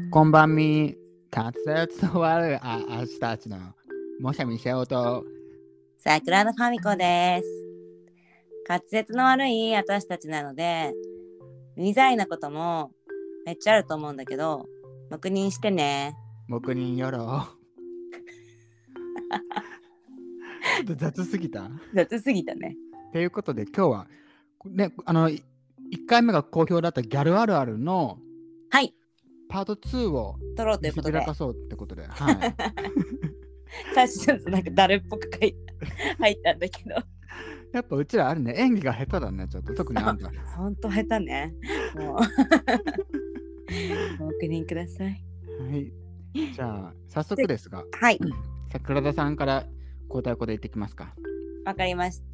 こんばんみ、滑舌の悪い明日たちのもしゃみしようと。 桜田ファミコです。滑舌の悪い私たちなので、うざいなこともめっちゃあると思うんだけど、黙認してね。 黙認よろ。ちょっと雑すぎた。 雑すぎたね。 ということで今日はね、1回目が好評だったギャルあるあるのはい、 パート2を撮ろうということで。 見せびらかそうってことで、はい。 最初ちょっとなんか誰っぽく入ったんだけど。 やっぱうちらあるね、演技が下手だね、ちょっと特にあんた。 ほんと下手ね。もうご確認ください。 はい。じゃあ早速ですが、 はい。 桜田さんから交代で言ってきますか。 わかりました。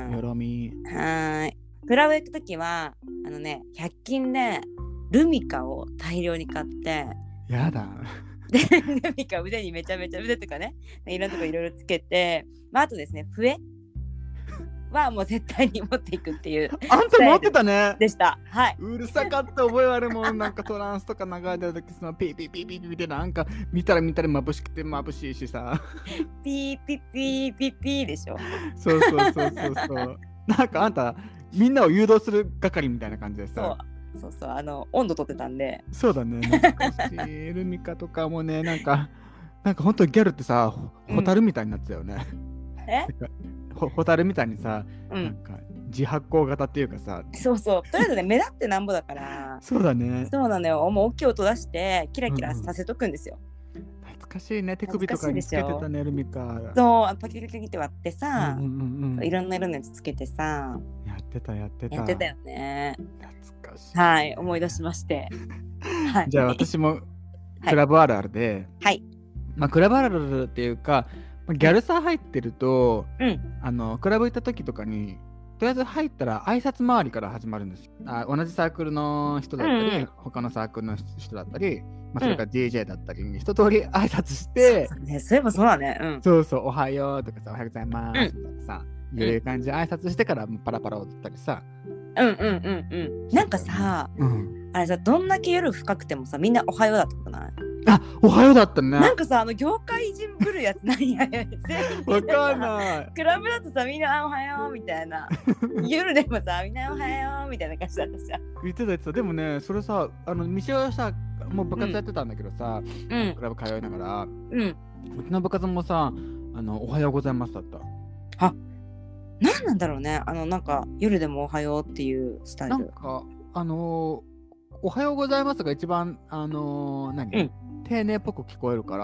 よろみ。 はい。クラブ行くときは100均でルミカを大量に買って、 やだ。 でルミカ腕にめちゃめちゃ腕とかね、いろんなとこいろいろつけて、あとですね、笛はもう絶対に持っていくっていうあんた持ってたね。 でした。はい。 うるさかった覚えあるもん。なんかトランスとか流れてる時、そのピーピーピーピーピーってなんか見たら眩しくて眩しいしさ。 ピーピーピーピーピーでしょ。 そう。なんかあんたみんなを誘導する係みたいな感じでさ。 そう温度取ってたんで。 そうだね。懐かしい。ルミカとかもね、なんか本当にギャルってさ、ホタルみたいになってたよね。ホタルみたいにさ、なんか自発光型っていうかさ。 そう。とりあえずね、目立ってなんぼだから。 そうだね。 そうなのよ。もう大きい音出してキラキラさせとくんですよ。 懐かしいね。手首とかにつけてたね、ルミカ。 そう、パキパキって割ってさ、 いろんな色のやつつけてさ。 やってたよね。 懐かしい。 はい、思い出しまして。はい、 じゃあ私もクラブあるあるで、 はい。 クラブあるあるっていうか、ギャルサー入ってると、クラブ行った時とかに、とりあえず入ったら挨拶回りから始まるんですよ。同じサークルの人だったり、他のサークルの人だったり、それから DJ だったりに一通り挨拶して、 そういえばそうだね。 そう、おはようとかさ、おはようございますみたいなさ、いう感じで挨拶してからパラパラ踊ったりさ。 なんかさ、あれさ、どんだけ夜深くてもさ、みんなおはようだったことない？ おはようだったね。 なんかさ、業界人ぶるやつ何やわかんない。 クラブだとさ、みんなおはようみたいな。夜でもさ、みんなおはようみたいな感じだったじゃん。 言ってた。でもね、それさ、ミシェはさ、もう部活やってたんだけどさ、クラブ通いながら、うちの部活もさ、おはようございますだった。 何なんだろうね。なんか夜でもおはようっていうスタイル。 なんかおはようございますが一番丁寧っぽく聞こえるから、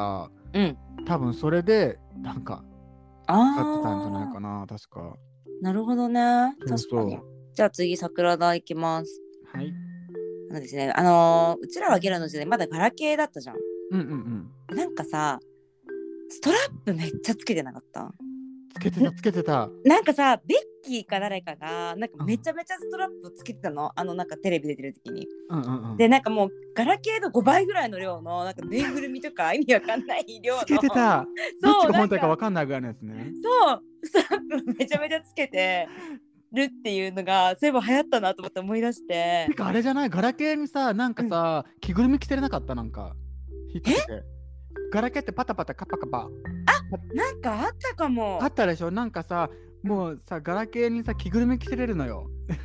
多分それでなんか使ってたんじゃないかな、確か。 なるほどね。確かに。じゃあ次桜田行きます。 はい。 ですね、うちらはギャルの時代まだガラケーだったじゃん。なんかさ、ストラップめっちゃつけてなかった？ つけてた。 なんかさ、ベッキーか誰かがなんかめちゃめちゃストラップつけてたの。なんかテレビ出てる時に。で、なんかもうガラケーの5倍ぐらいの量のなんかぬいぐるみとか意味わかんない量のつけてた。どっちが本体かわかんないぐらいのやつね。 そう、ストラップめちゃめちゃつけてるっていうのがそういえば流行ったなと思って思い出して。 てかあれじゃない、ガラケーにさ、なんかさ、着ぐるみ着せれなかった？なんかガラケーってパタパタカパカパ。 なんかあったかも。 あったでしょ。なんかさ、もうさ、ガラケーにさ、着ぐるみ着せれるのよ。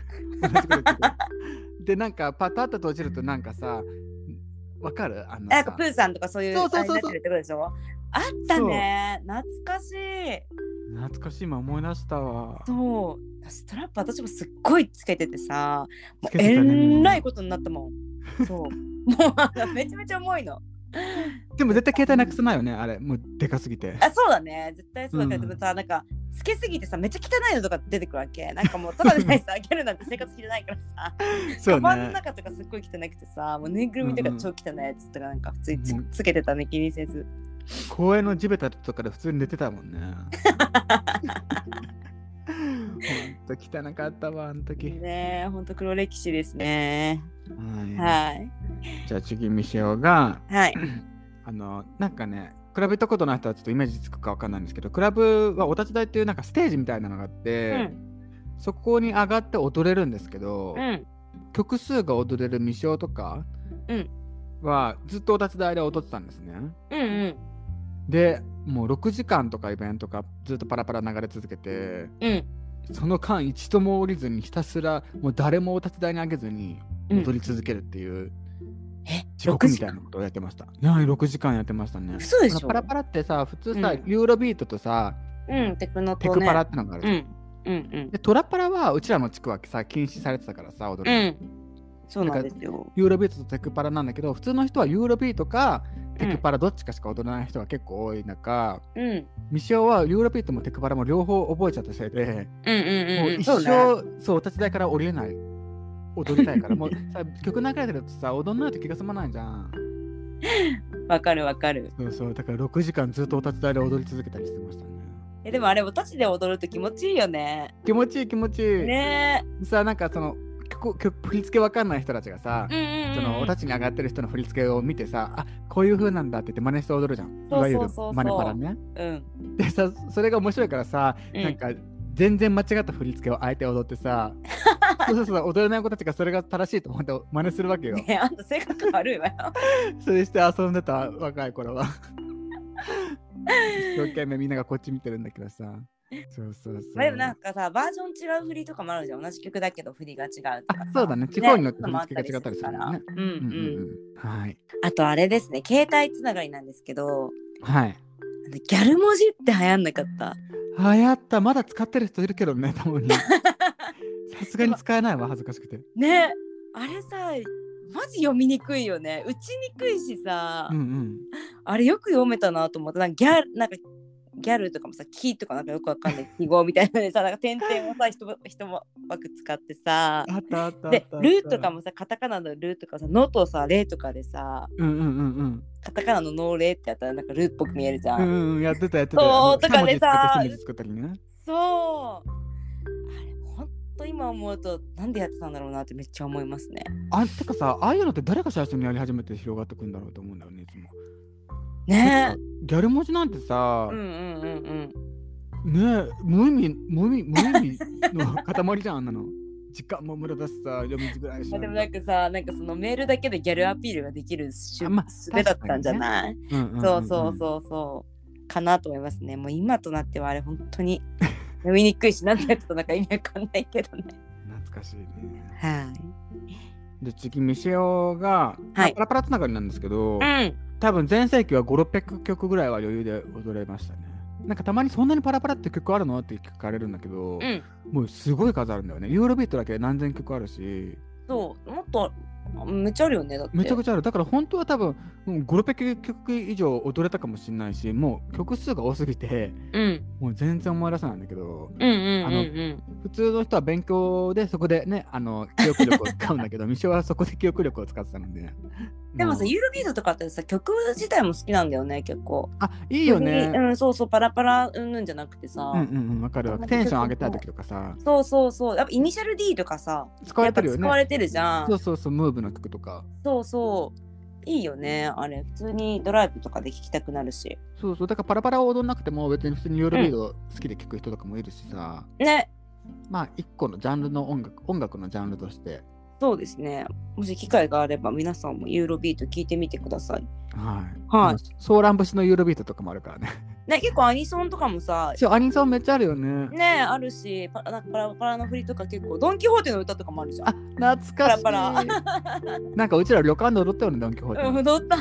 で、なんかパタッと閉じるとなんかさ、わかる？ なんかプーさんとかそういうそうあれになってるってことでしょ？あったね。懐かしい。 今思い出したわ。 そう。ストラップ私もすっごいつけててさ、もうえらいことになったもん。そう。もうめちゃめちゃ重いの。 でも絶対携帯なくさないよね、あれ。もうでかすぎて。 そうだね。絶対そうだけど、でもさ、なんかつけすぎてさ、めっちゃ汚いのとか出てくるわけ。なんかもうただでないさ、ギャルなんて生活してないからさ、カバンの中とかすっごい汚くてさ、もうぬいぐるみとか超汚いやつとかなんか普通につけてたね、気にせず。 公園の地べたとかで普通に寝てたもんね。ほんと汚かったわ、あの時。 ねえ、ほんと黒歴史ですね。 はい。じゃあ次、ミシェオが、 はい。 なんかね、比べたことない人はちょっとイメージつくかわかんないんですけど、クラブはお立ち台っていうなんかステージみたいなのがあって、そこに上がって踊れるんですけど、曲数が踊れるミシェオとか、 はずっとお立ち台で踊ってたんですね。 うんうん。 でもう6時間とかイベントがずっとパラパラ流れ続けて、 うん。 その間一度も降りずにひたすらもう誰もお立ち台に上げずに踊り続けるっていう、地獄みたいなことをやってました。いや6時間やってましたね。 そうでしょ。 パラパラってさ普通さ、ユーロビートとさ、 テクノとね、 テクパラってのがあるじゃん。 でトラパラはうちらの地区はさ禁止されてたからさ踊る、 そうなんですよ。 ユーロビートとテクパラなんだけど、普通の人はユーロビートかテクパラどっちかしか踊らない人が結構多い中、ミシオはユーロビートもテクパラも両方覚えちゃったせいで、もう一生そうお立ち台から降りれない、踊りたいからもうさ曲流れてるとさ踊んないと気が済まないじゃん。 わかるわかる。 そうそう、だから6時間ずっとお立ち台で踊り続けたりしてましたね。 でもあれお立ちで踊ると気持ちいいよね。 気持ちいい気持ちいいね。 さなんかその曲振り付けわかんない人たちがさ、そのお立ちに上がってる人の振り付けを見てさ、あこういう風なんだって言って真似して踊るじゃん。いわゆる真似パラね。でさそれが面白いからさ、なんか全然間違った振り付けをあえて踊ってさそう踊れない子たちがそれが正しいと思って真似するわけよ。 あんた性格悪いわよ。 それして遊んでた若い頃は一生懸命みんながこっち見てるんだけどさ。そうでもなんかさバージョン違う振りとかもあるじゃん。同じ曲だけど振りが違うとか。 そうだね、地方によって振り付けが違ったりするからね。はい。 あとあれですね、携帯つながりなんですけど、 はい。 ギャル文字って流行んなかった？ 流行った。まだ使ってる人いるけどね、たまに。さすがに使えないわ、恥ずかしくて。 ね、あれさマジ読みにくいよね。打ちにくいしさ、あれよく読めたなと思って。なんかギャルとかもさ、キーとかなんかよくわかんない記号みたいなのでさ、なんか点々をさ、一枠使ってさ、で、ルーとかもさ、カタカナのルーとかさ、ノとさ、レとかでさ、カタカナのノーレってやったらなんかルーっぽく見えるじゃん。 やってた。 そうとかでさ、そう。あれ、ほんと今思うと、なんでやってたんだろうなってめっちゃ思いますね。 てかさ、ああいうのって誰が最初にやり始めて広がってくんだろうと思うんだよね、いつも。 ねえ。 ギャル文字なんてさ、ねえ、無意味の塊じゃん、あんなの。時間も無駄だしさ、読みづらいし。 でもなんかさ、なんかそのメールだけでギャルアピールができる術だったんじゃない？そうかなと思いますね。もう今となってはあれ本当に読みにくいし、なんてやつとなんか意味わかんないけどね。 懐かしいね。 はい。 で次ミシェオが、パラパラつながりなんですけど、多分全盛期は5、600曲ぐらいは余裕で踊れましたね。なんかたまにそんなにパラパラって曲あるのって聞かれるんだけど、もうすごい数あるんだよね。ユーロビートだけで何千曲あるし。 そう、もっとめっちゃあるよね。だってめちゃくちゃある。だから本当は多分5、600曲以上踊れたかもしれないし、もう曲数が多すぎて、もう全然思い出せないんだけど、普通の人は勉強でそこでね、記憶力を使うんだけどミシェはそこで記憶力を使ってたので。 でもさ、ユーロビートとかってさ、曲自体も好きなんだよね、結構。 あ、いいよね。 そうパラパラじゃなくてさ。 わかる。テンション上げたい時とかさ。 そう。やっぱイニシャル D とかさ、 使われてるよね。 使われてるじゃん。 そう、ムーブの曲とか。 いいよね、あれ。普通にドライブとかで聴きたくなるし。 だからパラパラを踊んなくても別に普通にユーロビート好きで聴く人とかもいるしさ。 ね。 まあ一個のジャンルの音楽のジャンルとして。 そうですね。もし機会があれば皆さんもユーロビート聞いてみてください。 はい。ソーラン節のユーロビートとかもあるからね。 ね、結構アニソンとかもさ。 アニソンめっちゃあるよね。 ね、あるし、パラパラの振りとか結構、ドン・キホーテの歌とかもあるじゃん。 あ、懐かしい。パラパラ。なんかうちら旅館で踊ったよね、ドン・キホーテ。 踊った。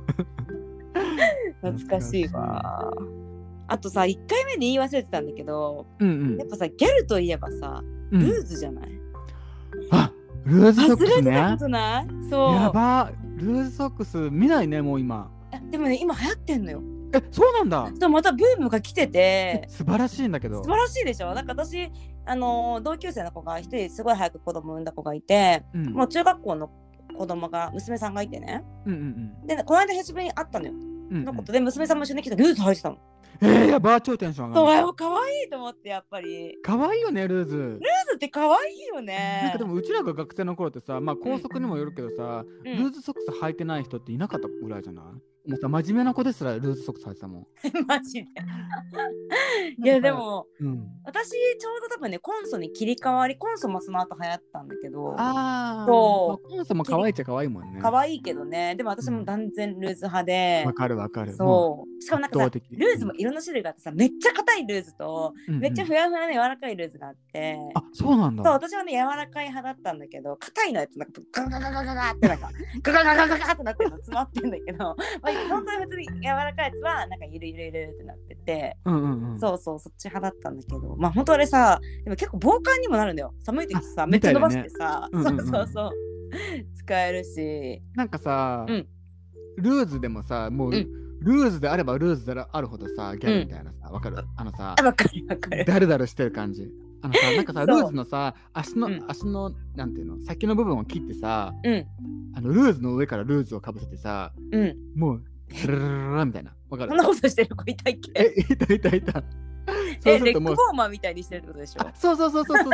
懐かしいわ。あとさ、1回目で言い忘れてたんだけど、やっぱさ、ギャルといえばさ、ルーズじゃない？ あ、ルーズソックスね。 忘れてたことない？そう。 やば、ルーズソックス見ないね、もう今。 でもね、今流行ってんのよ。 そうなんだ。 そう、またブームが来てて。 素晴らしいんだけど。 素晴らしいでしょ。なんか私、同級生の子が一人すごい早く子供産んだ子がいて、もう中学校の子供が娘さんがいてね。で、この間久しぶりに会ったのよ。のことで娘さんも一緒に来たルーズ履いてたの。 やばー、超テンション上がる。 そう、かわいいと思って、やっぱり。 かわいいよね、ルーズ。 ルーズってかわいいよね。 なんかでもうちらが学生の頃ってさ、まあ校則にもよるけどさ、ルーズソックス履いてない人っていなかったぐらいじゃない？もうさ、真面目な子ですらルーズソックス履いてたもん。 マジで。いやでも、私ちょうど多分ね、コンソに切り替わり、コンソもその後流行ったんだけど、 そう、コンソも可愛いっちゃ可愛いもんね。 可愛いけどね、でも私も断然ルーズ派で。 わかるわかる。 そう。しかもなんかさ、ルーズもいろんな種類があってさ、めっちゃ硬いルーズと、めっちゃふわふわの柔らかいルーズがあって。 あ、そうなんだ。 そう、私はね、柔らかい派だったんだけど、硬いのやつなんかガガガガガガってなんかガガガガガガってなってるの詰まってんだけど、まあ、本当に普通に柔らかいやつはなんかゆるゆるゆるってなってて、そうそう、そっち派だったんだけど、まあ本当あれさ、でも結構防寒にもなるんだよ。寒い時さ、めっちゃ伸ばしてさ、そうそうそう、使えるし。 なんかさ、ルーズでもさ、もう、ルーズであればルーズであるほどさ、ギャルみたいなさ、わかる？あのさ、 わかるわかる。 ダルダルしてる感じ。あのさ、なんかさ、ルーズのさ、足の、なんていうの、先の部分を切ってさ、ルーズの上からルーズをかぶせてさ、もう、ルルルルルみたいな。わかる？ そんなことしてる子いたっけ？ いた。 レッグフォーマーみたいにしてるってことでしょ？ そう。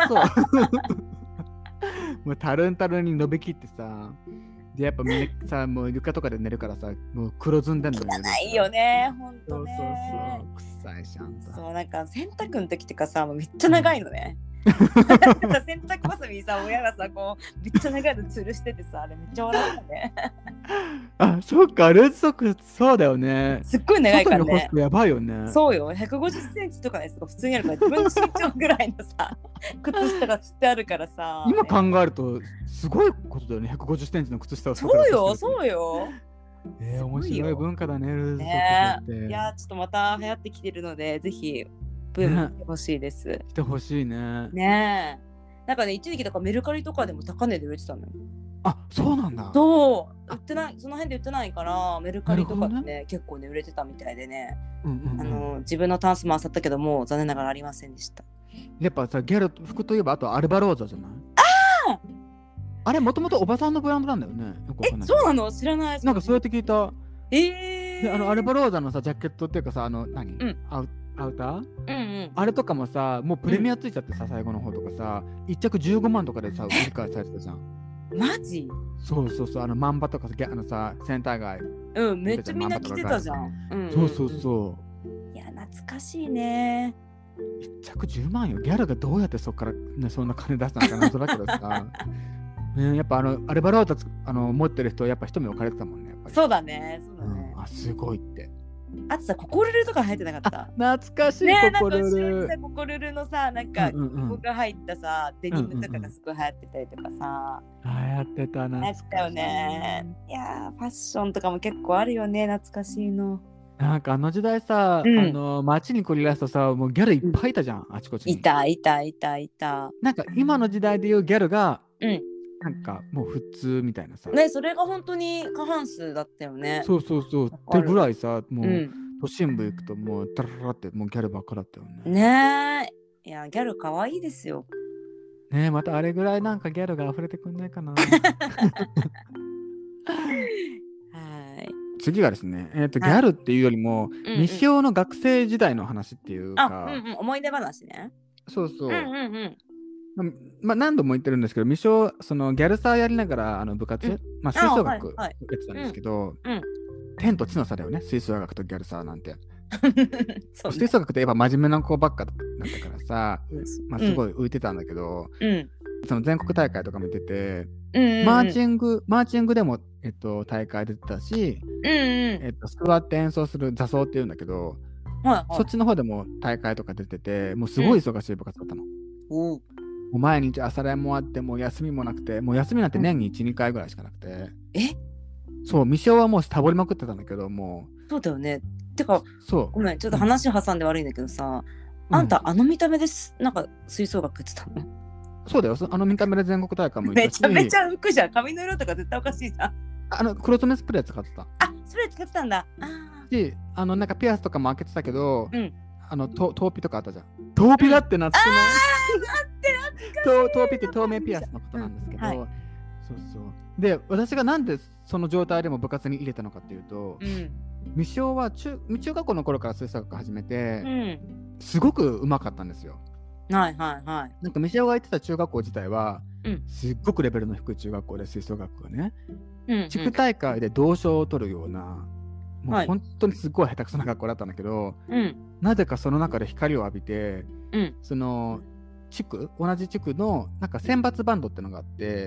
もうタルンタルンに伸びきってさ、でやっぱみんなさ、もう床とかで寝るからさ、もう黒ずんでんのよ。 汚いよね、ほんとね。 そう臭いしゃんと。 そう、なんか洗濯の時とかさ、めっちゃ長いのね。洗濯ばさみにさ、親がさ、こうめっちゃ長いの吊るしててさ、あれめっちゃ笑ったね。 あ、そっか、ルーズソックスそうだよね。 すっごい長いからね。 やばいよね。 そうよ、150センチとかのやつが普通にあるから、自分の身長ぐらいのさ、靴下がつってあるからさ。 今考えると、すごいことだよね、150センチの靴下を。 そうよ。 面白い文化だね、ルーズソックスって。 いや、ちょっとまた流行ってきてるので、ぜひブームしてほしいです。 してほしいね。 ねえ。なんかね、一時期とかメルカリとかでも高値で売れてたのよ。 あ、そうなんだ。 そう、売ってない、その辺で売ってないから、メルカリとかでね、結構ね、売れてたみたいでね。自分のタンスも漁ったけども、残念ながらありませんでした。 やっぱさ、ギャル服といえば、あとアルバローザじゃない？あれ、もともとおばさんのブランドなんだよね。 そうなの？知らない。 なんかそうやって聞いた。 で、 アルバローザのさ、ジャケットっていうかさ、何？アウター？あれとかもさ、もうプレミアついちゃってさ、最後の方とかさ、1着15万とかでさ、売り買いされてたじゃん。 マジ？ そう、マンバとかさ、センター街。 めっちゃみんな着てたじゃん。 そう。 いや、懐かしいね。 1着10万よ。ギャルがどうやってそっから、ね、そんな金出したのか謎だけどさ。やっぱアルバローザ持ってる人やっぱ一目置かれてたもんね。やっぱりそうだね。 あ、すごいって。 あとさ、ココルルとか入ってなかった？ 懐かしい、 ココルル。ココルルのさ、なんかここが入ったさ、デニムとかがすごい流行ってたりとかさ。 流行ってたな。 流行ったよね。いや、ファッションとかも結構あるよね、懐かしいの。 なんかあの時代さ、街に繰り出すとさ、もうギャルいっぱいいたじゃん、あちこちに。 いた。 なんか今の時代でいうギャルが、なんかもう普通みたいなさ。 ね、それが本当に過半数だったよね。 そう。ってぐらいさ、もう都心部行くともうダララってもうギャルばっかだったよね。 ねえ。いや、ギャル可愛いですよ。 ねえ、またあれぐらいなんかギャルが溢れてくんないかな。次がですね、ギャルっていうよりも、未使用の学生時代の話っていうか、 思い出話ね。 そう。まあ何度も言ってるんですけど、未使用、そのギャルサーやりながら部活、吹奏楽やってたんですけど、天と地の差だよね、吹奏楽とギャルサーなんて。吹奏楽ってやっぱ真面目な子ばっかだったからさ、すごい浮いてたんだけど、その全国大会とかも出て、マーチングでも、大会出てたし、座って演奏する座奏っていうんだけど、そっちの方でも大会とか出てて、もうすごい忙しい部活だったの。もう毎日朝練もあって、もう休みもなくて、もう休みなんて年に1、2回ぐらいしかなくて。そう、未使用はもうサボりまくってたんだけど、もう。 そうだよね。てか、ごめん、ちょっと話挟んで悪いんだけどさ、あんたあの見た目です、なんか吹奏楽って言ってたの？ そうだよ、見た目で全国大会も行ったし。 めちゃめちゃ浮くじゃん。髪の色とか絶対おかしいじゃん。 黒染めスプレー使ってた。 スプレー使ってたんだ。 し、なんかピアスとかも開けてたけど、トーピとかあったじゃん。トーピだって懐かしくない？トーピって透明ピアスのことなんですけど、そう。で、私がなんでその状態でも部活に入れたのかっていうと、未生は中学校の頃から吹奏楽始めて、すごく上手かったんですよ。 はいはいはい。 なんか未生が行ってた中学校自体は、すっごくレベルの低い中学校で吹奏楽がね、地区大会で銅賞を取るような、もう本当にすごい下手くそな学校だったんだけど、なぜかその中で光を浴びて、その同じ地区のなんか選抜バンドってのがあって、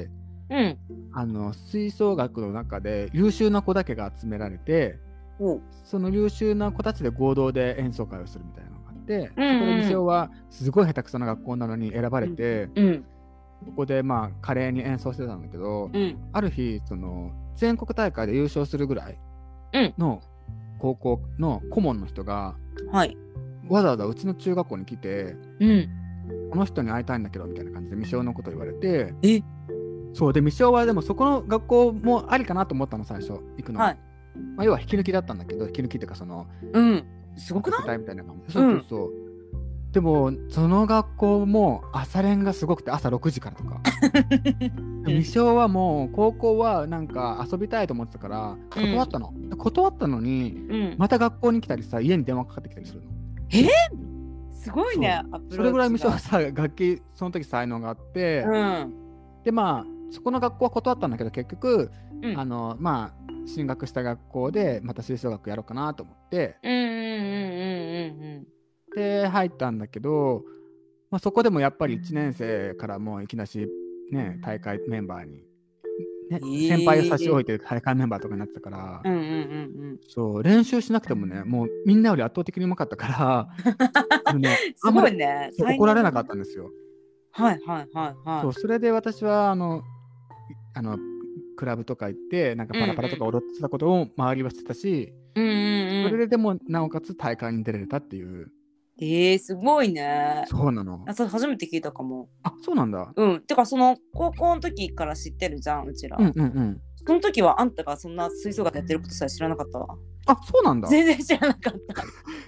吹奏楽の中で優秀な子だけが集められて、その優秀な子たちで合同で演奏会をするみたいなのがあって、そこで未生はすごい下手くそな学校なのに選ばれて、ここでまあ華麗に演奏してたんだけど、ある日その全国大会で優勝するぐらいの高校の顧問の人が、わざわざうちの中学校に来て、この人に会いたいんだけどみたいな感じで未生のことを言われて、そうで未生はでもそこの学校もありかなと思ったの、最初行くの。要は引き抜きだったんだけど、引き抜きっていうかそのすごくないみたいな感じで、そうでもその学校も朝練がすごくて、朝6時からとか未生はもう高校はなんか遊びたいと思ってたから断ったの、断ったのに、また学校に来たりさ、家に電話かかってきたりするの。 すごいね。 それぐらい未生はさ、楽器その時才能があって、でまあそこの学校は断ったんだけど、結局、まあ進学した学校でまた吹奏楽やろうかなと思って、で入ったんだけど、そこでもやっぱり1年生からもういきなりね、大会メンバーに、先輩を差し置いて大会メンバーとかになってたから、そう練習しなくてもね、もうみんなより圧倒的にうまかったからすごいね、 怒られなかったんですよ。それで私はクラブとか行ってなんかパラパラとか踊ってたことを周りはしてたし、それででもなおかつ大会に出れたっていう。 すごいね。 そうなの。 それ初めて聞いたかも。 そうなんだ。 てかその高校の時から知ってるじゃん、うちら。その時はあんたがそんな吹奏楽やってることさえ知らなかったわ。 そうなんだ。 全然知らなかった。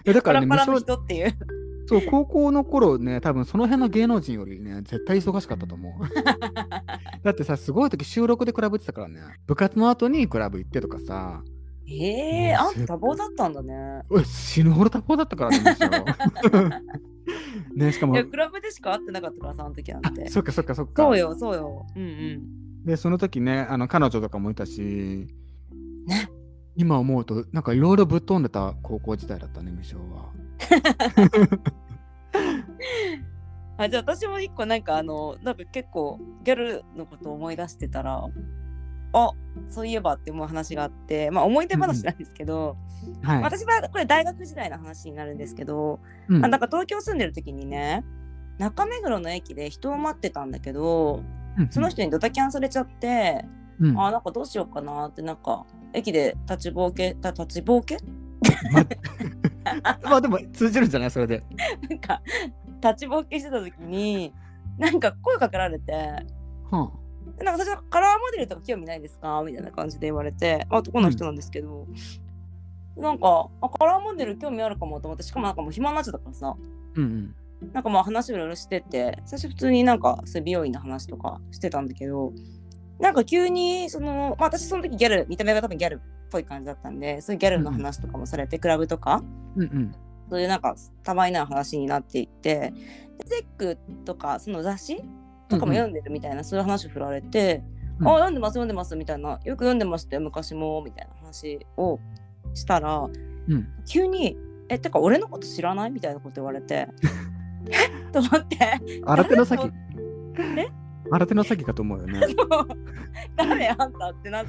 だからね、パラパラの人っていう。 そう、高校の頃ね、多分その辺の芸能人よりね、絶対忙しかったと思う。だってさ、すごい時収録でクラブ行ってたからね。部活の後にクラブ行ってとかさ。 あんた多忙だったんだね。 死ぬほど多忙だったからね。ね、しかもクラブでしか会ってなかったからさ、あの時なんて。 そっか。 そうよ。 で、その時ね、彼女とかもいたし、ね、今思うとなんかいろいろぶっ飛んでた高校時代だったね、未生は。 じゃあ私も一個なんかなんか結構ギャルのことを思い出してたら、そういえばって思う話があって、思い出話なんですけど、私はこれ大学時代の話になるんですけど、なんか東京住んでる時にね、中目黒の駅で人を待ってたんだけど、その人にドタキャンされちゃって、なんかどうしようかなって、なんか駅で立ちぼうけでも通じるんじゃない、それで。 なんか立ちぼうけしてた時になんか声かけられて、なんか私はカラーモデルとか興味ないですかみたいな感じで言われて、男の人なんですけど、なんかカラーモデル興味あるかもと思って、しかもなんかもう暇になっちゃったからさ、なんか話をいろいろしてて、最初普通になんかそういう美容院の話とかしてたんだけど、なんか急に私その時ギャル、見た目が多分ギャルっぽい感じだったんで、そういうギャルの話とかもされて、クラブとか、そういうなんかたまにない話になっていって、ゼックとかその雑誌とかも読んでるみたいな、そういう話を振られて、読んでますみたいな、よく読んでましたよ昔もみたいな話をしたら、急にてか俺のこと知らないみたいなこと言われてと思って、 新手の先新手の先かと思うよね。 誰あんたってなって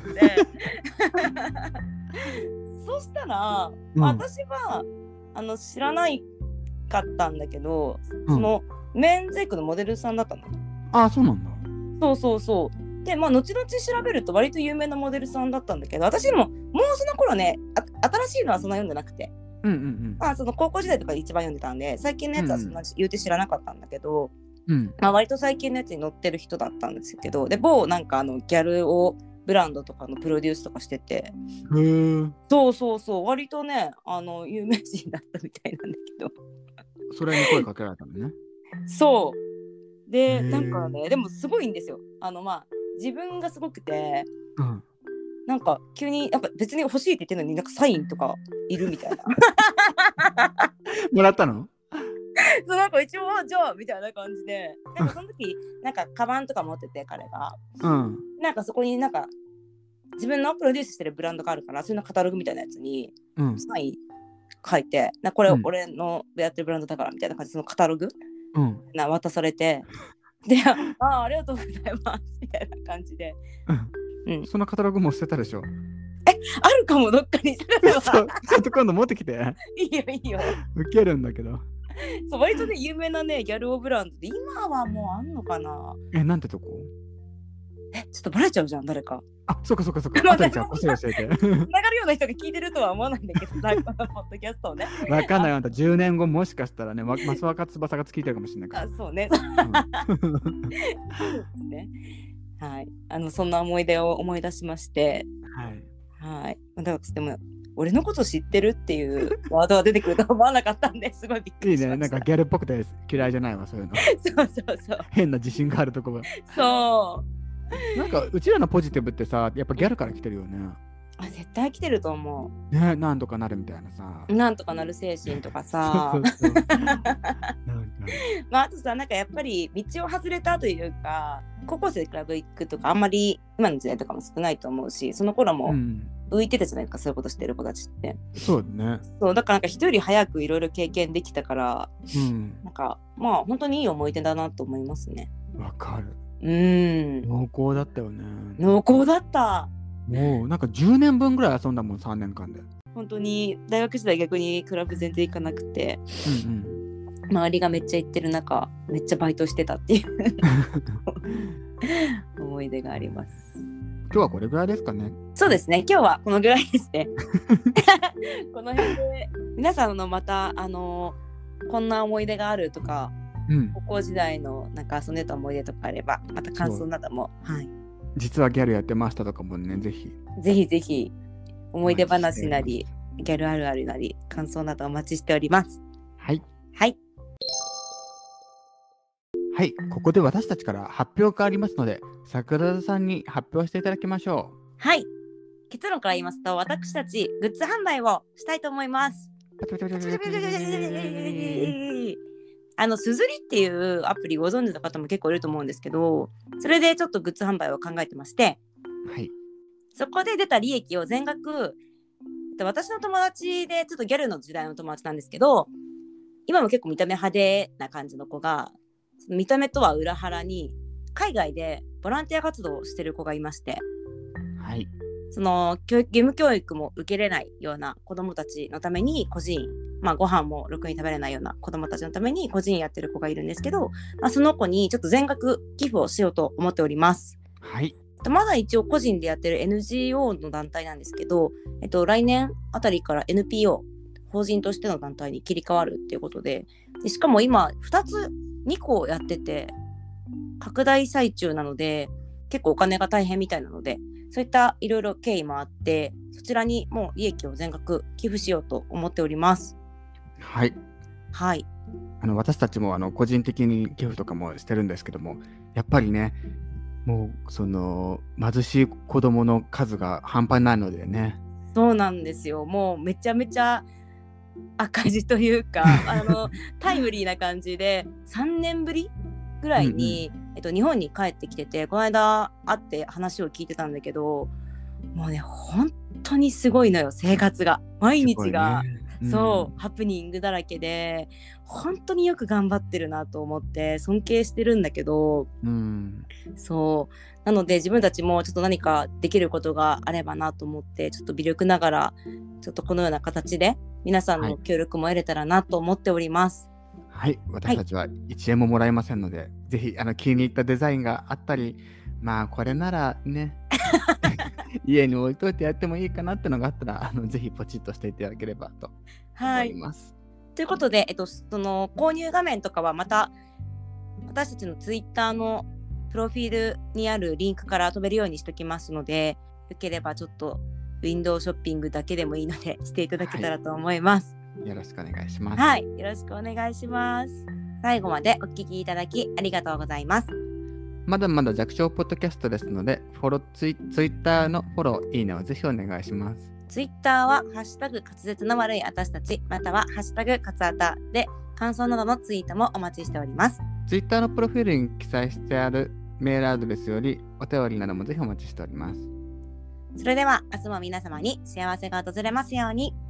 そしたら、私は知らないかったんだけど、そのメンゼイクのモデルさんだったの。 そうなんだ。 そうで、後々調べると割と有名なモデルさんだったんだけど、私ももうその頃ね、新しいのはそんな読んでなくて、その高校時代とかで一番読んでたんで、最近のやつはそんな言うて知らなかったんだけど、割と最近のやつに載ってる人だったんですけど、で某なんかギャルをブランドとかのプロデュースとかしてて、そう割とね有名人だったみたいなんだけど、 それに声かけられたのね。 そうで、なんかね、でもすごいんですよ。自分がすごくて、 なんか急にやっぱ別に欲しいって言ってるのになんかサインとかいるみたいなもらったの？ そうなんか一応じゃあみたいな感じで、なんかその時なんかカバンとか持ってて彼が、なんかそこになんか自分のプロデュースしてるブランドがあるから、それのカタログみたいなやつにサイン書いて、これ俺のやってるブランドだからみたいな感じで、そのカタログ、渡されて、で、ありがとうございますみたいな感じで、 そのカタログも捨てたでしょ？ あるかも、どっかに。 そう、ちょっと今度持ってきて。 いいよいいよ。 ウケるんだけど。 そう、割とね有名なねギャルオブランドで、今はもうあんのかな。 なんてとこ？ ちょっとバレちゃうじゃん、誰か。 そっか。あとでじゃあ教えて。つながるような人が聞いてるとは思わないんだけど、このポッドキャストをね。 わかんない、あんた10年後もしかしたらね、増若翼が聞いてるかもしれないから。 そうね。そうですね。はい。そんな思い出を思い出しまして。はい。だからでも俺のこと知ってるっていうワードが出てくると思わなかったんで、すごいびっくりしました。 いいね、なんかギャルっぽくて嫌いじゃないわ、そういうの。 そう。 変な自信があるとこが。 そう。 なんかうちらのポジティブってさ、やっぱギャルから来てるよね。 絶対来てると思う。ね、なんとかなるみたいなさ。 なんとかなる精神とかさ。そうあとさ、なんかやっぱり道を外れたというか、高校生でクラブ行くとかあんまり今の時代とかも少ないと思うし、その頃も浮いてたじゃないですか、そういうことしてる子たちって。 そうね。 そうだからなんか人より早くいろいろ経験できたから、なんかまあ本当にいい思い出だなと思いますね。 わかる。 濃厚だったよね。 濃厚だった。 もうなんか10年分ぐらい遊んだもん、3年間で。 本当に大学時代逆にクラブ全然行かなくて、周りがめっちゃ行ってる中めっちゃバイトしてたっていう思い出があります。 今日はこれぐらいですかね。 そうですね、今日はこのぐらいですねこの辺で皆さんのまたこんな思い出があるとか、高校時代のなんか遊んでた思い出とかあれば、また感想なども、 実はギャルやってましたとかもね、ぜひ思い出話なりギャルあるあるなり感想などお待ちしております。 はい、ここで私たちから発表がありますので、桜田さんに発表していただきましょう。 はい、結論から言いますと、私たちグッズ販売をしたいと思います。すずりっていうアプリご存知の方も結構いると思うんですけど、それでちょっとグッズ販売を考えてまして、そこで出た利益を全額、私の友達でちょっとギャルの時代の友達なんですけど、今も結構見た目派手な感じの子が、見た目とは裏腹に海外でボランティア活動をしてる子がいまして、その義務教育も受けれないような子どもたちのために個人、ご飯もろくに食べれないような子どもたちのために個人やってる子がいるんですけど、その子にちょっと全額寄付をしようと思っております。まだ一応個人でやってる NGO の団体なんですけど、来年あたりから NPO 法人としての団体に切り替わるっていうことで、しかも今2個やってて拡大最中なので、結構お金が大変みたいなので、そういったいろいろ経緯もあって、そちらにもう利益を全額寄付しようと思っております。 私たちも個人的に寄付とかもしてるんですけども、やっぱりね、もうその貧しい子どもの数が半端ないのでね。 そうなんですよ。もうめちゃめちゃ赤字というかタイムリーな感じで3年ぶりぐらいに、日本に帰ってきてて、この間会って話を聞いてたんだけど、もうね本当にすごいのよ、生活が毎日が、ハプニングだらけで本当によく頑張ってるなと思って尊敬してるんだけど、そうなので自分たちもちょっと何かできることがあればなと思って、ちょっと微力ながらちょっとこのような形で皆さんの協力も得れたらなと思っております。 私たちは1円ももらえませんので、ぜひ気に入ったデザインがあったり、これならね家に置いといてやってもいいかなってのがあったら、ぜひポチッとしていただければと思います。 ということで、その購入画面とかはまた私たちのツイッターのプロフィールにあるリンクから飛べるようにしておきますので、よければちょっとウィンドウショッピングだけでもいいのでしていただけたらと思います。 よろしくお願いします。 よろしくお願いします。最後までお聞きいただきありがとうございます。 まだまだ弱小ポッドキャストですので、ツイッターのフォロー、いいねをぜひお願いします。 ツイッターはハッシュタグ滑舌の悪い私たち、またはハッシュタグカツアタで感想などのツイートもお待ちしております。 ツイッターのプロフィールに記載してあるメールアドレスよりお便りなどもぜひお待ちしております。 それでは明日も皆様に幸せが訪れますように。